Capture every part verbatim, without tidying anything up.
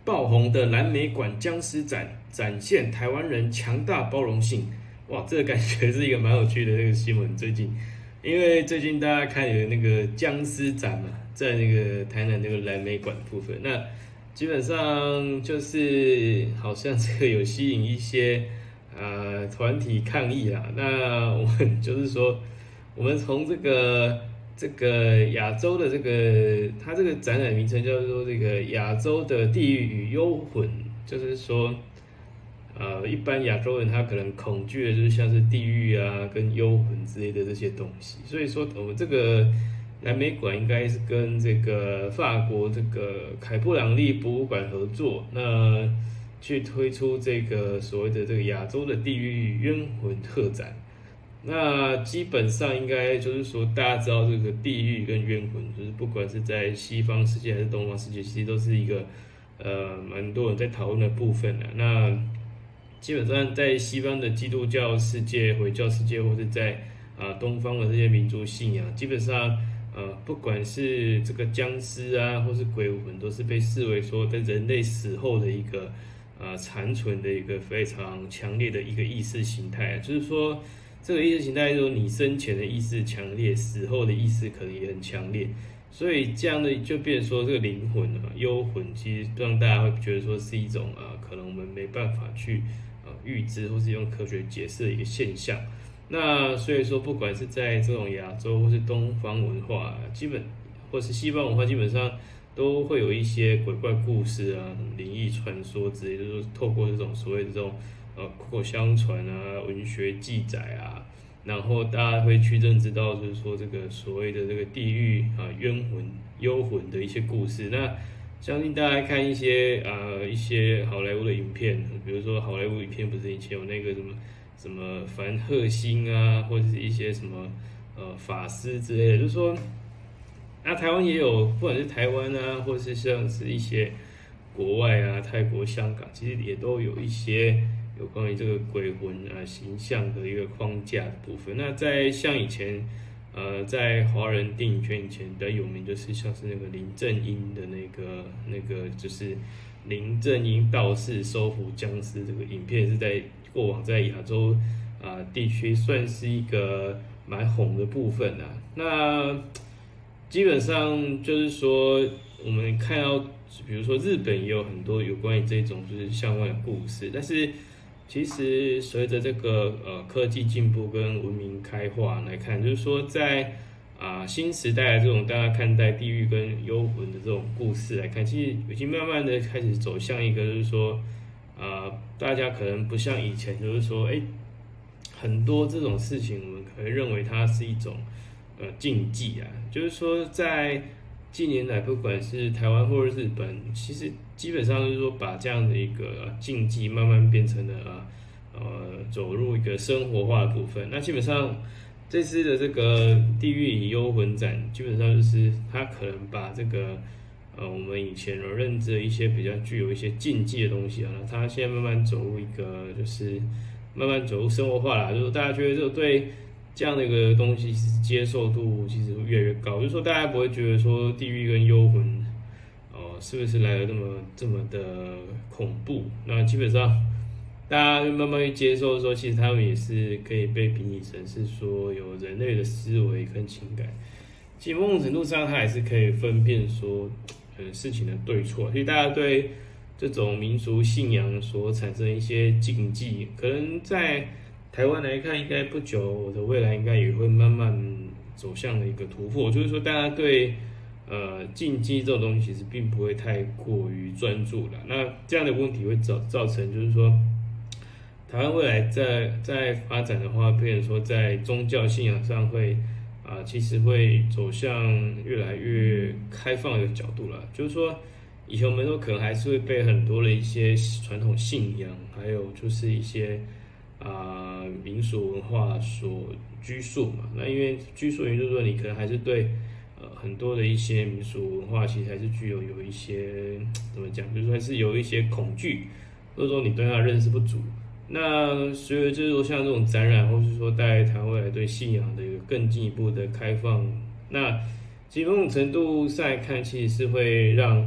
爆红的蓝莓馆僵尸展展现台湾人强大包容性。哇，这个感觉是一个蛮有趣的那个新闻。最近，因为最近大家看有那个僵尸展嘛，在那个台南那个蓝莓馆部分，那基本上就是好像这个有吸引一些呃团体抗议啦。那我们就是说，我们从这个这个亚洲的这个，它这个展览名称叫做这个亚洲的地狱与幽魂，就是说。呃，一般亚洲人他可能恐惧的就是像是地狱啊、跟幽魂之类的这些东西，所以说我们这个蓝莓馆应该是跟这个法国这个凯布朗利博物馆合作，那去推出这个所谓的这个亚洲的地狱与冤魂特展。那基本上应该就是说，大家知道这个地狱跟冤魂，就是不管是在西方世界还是东方世界，其实都是一个呃蛮多人在讨论的部分的。那基本上在西方的基督教世界、回教世界，或是在啊、呃、东方的这些民族信仰，基本上呃不管是这个僵尸啊，或是鬼魂，都是被视为说在人类死后的一个呃残存的一个非常强烈的一个意识形态。就是说，这个意识形态就是你生前的意识强烈，死后的意识可能也很强烈。所以这样的就变成说，这个灵魂啊、幽魂，其实让大家会觉得说是一种啊、呃，可能我们没办法去。预知或是用科学解释的一个现象。那所以说，不管是在这种亚洲或是东方文化，基本或是西方文化，基本上都会有一些鬼怪故事啊、灵异传说之类的，就是透过这种所谓的这种呃口口相传啊、文学记载啊，然后大家会去认知到，就是说这个所谓的这个地狱啊、冤魂、幽魂的一些故事。那相信大家看一些呃一些好莱坞的影片，比如说好莱坞影片不是以前有那个什么什么凡赫辛啊，或者是一些什么呃法师之类的，就是说，那、啊、台湾也有，不管是台湾啊，或者是像是一些国外啊，泰国、香港，其实也都有一些有关于这个鬼魂啊形象的一个框架的部分。那在像以前。呃，在华人电影圈以前比较有名，就是像是那个林正英的那个那个，就是林正英道士收服僵尸这个影片，是在过往在亚洲啊、呃、地区算是一个蛮红的部分啊。那基本上就是说，我们看到，比如说日本也有很多有关于这种就是相关的故事，但是。其实随着这个呃科技进步跟文明开化来看，就是说在啊、呃、新时代的这种大家看待地狱跟幽魂的这种故事来看，其实已经慢慢的开始走向一个就是说啊、呃、大家可能不像以前就是说哎很多这种事情我们可能认为它是一种呃禁忌啊，就是说在近年来不管是台湾或者日本，其实。基本上就是说，把这样的一个禁忌慢慢变成了呃走入一个生活化的部分。那基本上这次的这个地狱与幽魂展，基本上就是它可能把这个呃我们以前有认知的一些比较具有一些禁忌的东西啊，它现在慢慢走入一个就是慢慢走入生活化啦，就是大家觉得这对这样的一个东西接受度其实越来越高，就是说大家不会觉得说地狱跟幽魂。是不是来的那么这么的恐怖？那基本上大家就慢慢去接受说，其实他们也是可以被比拟成是说有人类的思维跟情感。其实某种程度上，它还是可以分辨说，呃，事情的对错。所以大家对这种民俗信仰所产生一些禁忌，可能在台湾来看，应该不久的未来应该也会慢慢走向的一个突破。就是说，大家对。呃，禁忌这种东西其实并不会太过于专注了。那这样的问题会造造成，就是说，台湾未来在在发展的话，变成说在宗教信仰上会啊、呃，其实会走向越来越开放的角度了。就是说，以前我们都可能还是会被很多的一些传统信仰，还有就是一些啊、呃、民俗文化所拘束嘛。那因为拘束，也就是说你可能还是对。呃，很多的一些民俗文化其实还是具有有一些怎么讲，就是说还是有一些恐惧，或者说你对它的认识不足。那随着就是说像这种展览，或是说带台湾未来对信仰的一个更进一步的开放，那其实某种程度上来看，其实是会让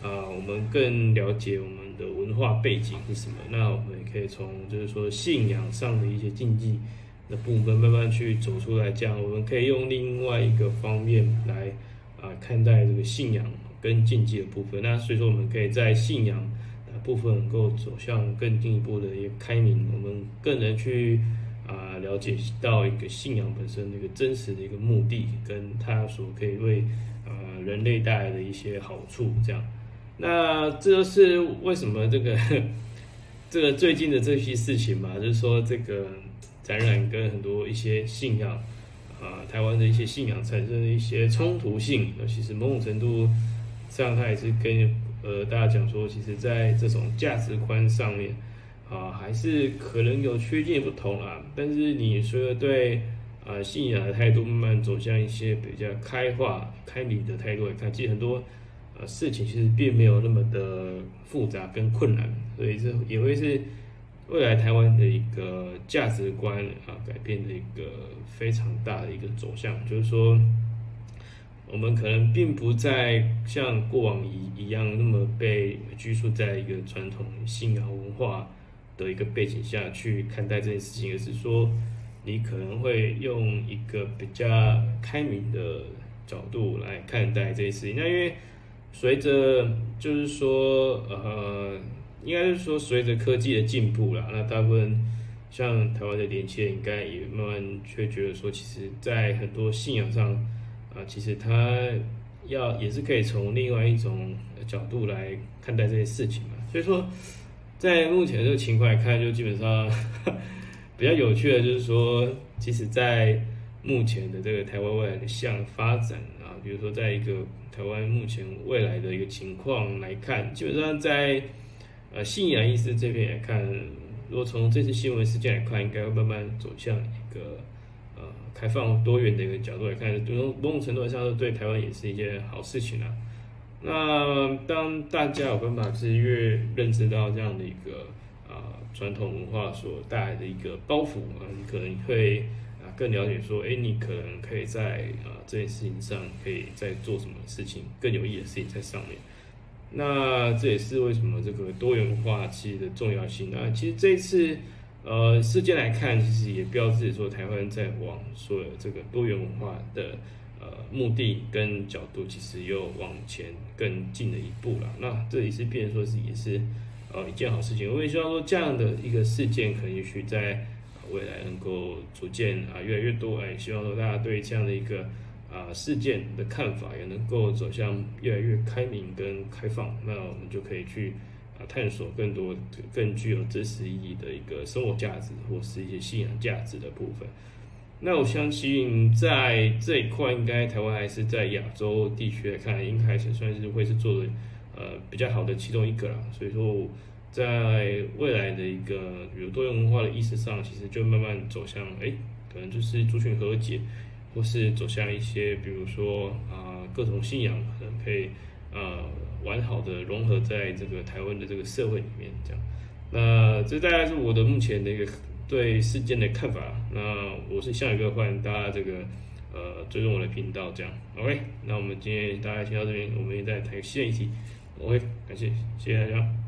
啊、我们更了解我们的文化背景是什么。那我们也可以从就是说信仰上的一些禁忌的部分慢慢去走出来，这样我们可以用另外一个方面来啊、看待这个信仰跟禁忌的部分。那所以说我们可以在信仰的部分能够走向更进一步的一个开明，我们更能去啊、了解到一个信仰本身的一个真实的一个目的，跟它所可以为呃人类带来的一些好处，这样。那这就是为什么这个这个最近的这些事情嘛，就是说这个展览跟很多一些信仰啊、台湾的一些信仰产生的一些冲突性，那其实某种程度上，它也是跟呃大家讲说，其实在这种价值观上面啊、还是可能有缺见不同啊。但是你随着对啊、信仰的态度慢慢走向一些比较开化、开明的态度来看，其实很多呃事情其实并没有那么的复杂跟困难，所以这也会是未来台湾的一个价值观啊改变的一个非常大的一个走向。就是说，我们可能并不再像过往一一样那么被拘束在一个传统信仰文化的一个背景下去看待这件事情，而是说你可能会用一个比较开明的角度来看待这件事情。那因为随着就是说呃，应该是说随着科技的进步啦，那大部分像台湾的年轻人应该也慢慢却觉得说，其实在很多信仰上啊、其实他要也是可以从另外一种角度来看待这些事情嘛。所以说，在目前这个情况来看，就基本上比较有趣的就是说，其实，在目前的这个台湾未来的向发展啊，比如说在一个台湾目前未来的一个情况来看，基本上在呃信仰意识这边来看，如果从这次新闻事件来看，应该会慢慢走向一个呃开放多元的一个角度来看，某种程度上对台湾也是一件好事情啊。那当大家有办法是越认知到这样的一个啊传统文化所带来的一个包袱啊，你可能会啊更了解说，哎，你可能可以在啊这件事情上可以再做什么事情，更有意义的事情在上面。那这也是为什么这个多元文化其实的重要性。那其实这一次呃事件来看，其实也标志说台湾在往所有这个多元文化的呃目的跟角度，其实又往前更进了一步了。那这也是变成说是也是呃一件好事情。我也希望说这样的一个事件，可能也许在未来能够逐渐啊越来越多。哎，希望说大家对这样的一个啊事件的看法也能够走向越来越开明跟开放，那我们就可以去啊探索更多更具有真实意义的一个生活价值或是一些信仰价值的部分。那我相信在这一块，应该台湾还是在亚洲地区来看，应该还是算是会是做的呃比较好的其中一个啦。所以说，在未来的一个比如多元文化的意识上，其实就慢慢走向哎，可能就是族群和解，或是走向一些比如说啊、呃、各种信仰可能可以呃完好的融合在这个台湾的这个社会里面这样。那这大概是我的目前的一个对事件的看法。那我是向宇哥，欢迎大家这个呃追踪我的频道这样。OK， 那我们今天大家先到这边，我们再谈新的一题。OK， 感谢，谢谢大家。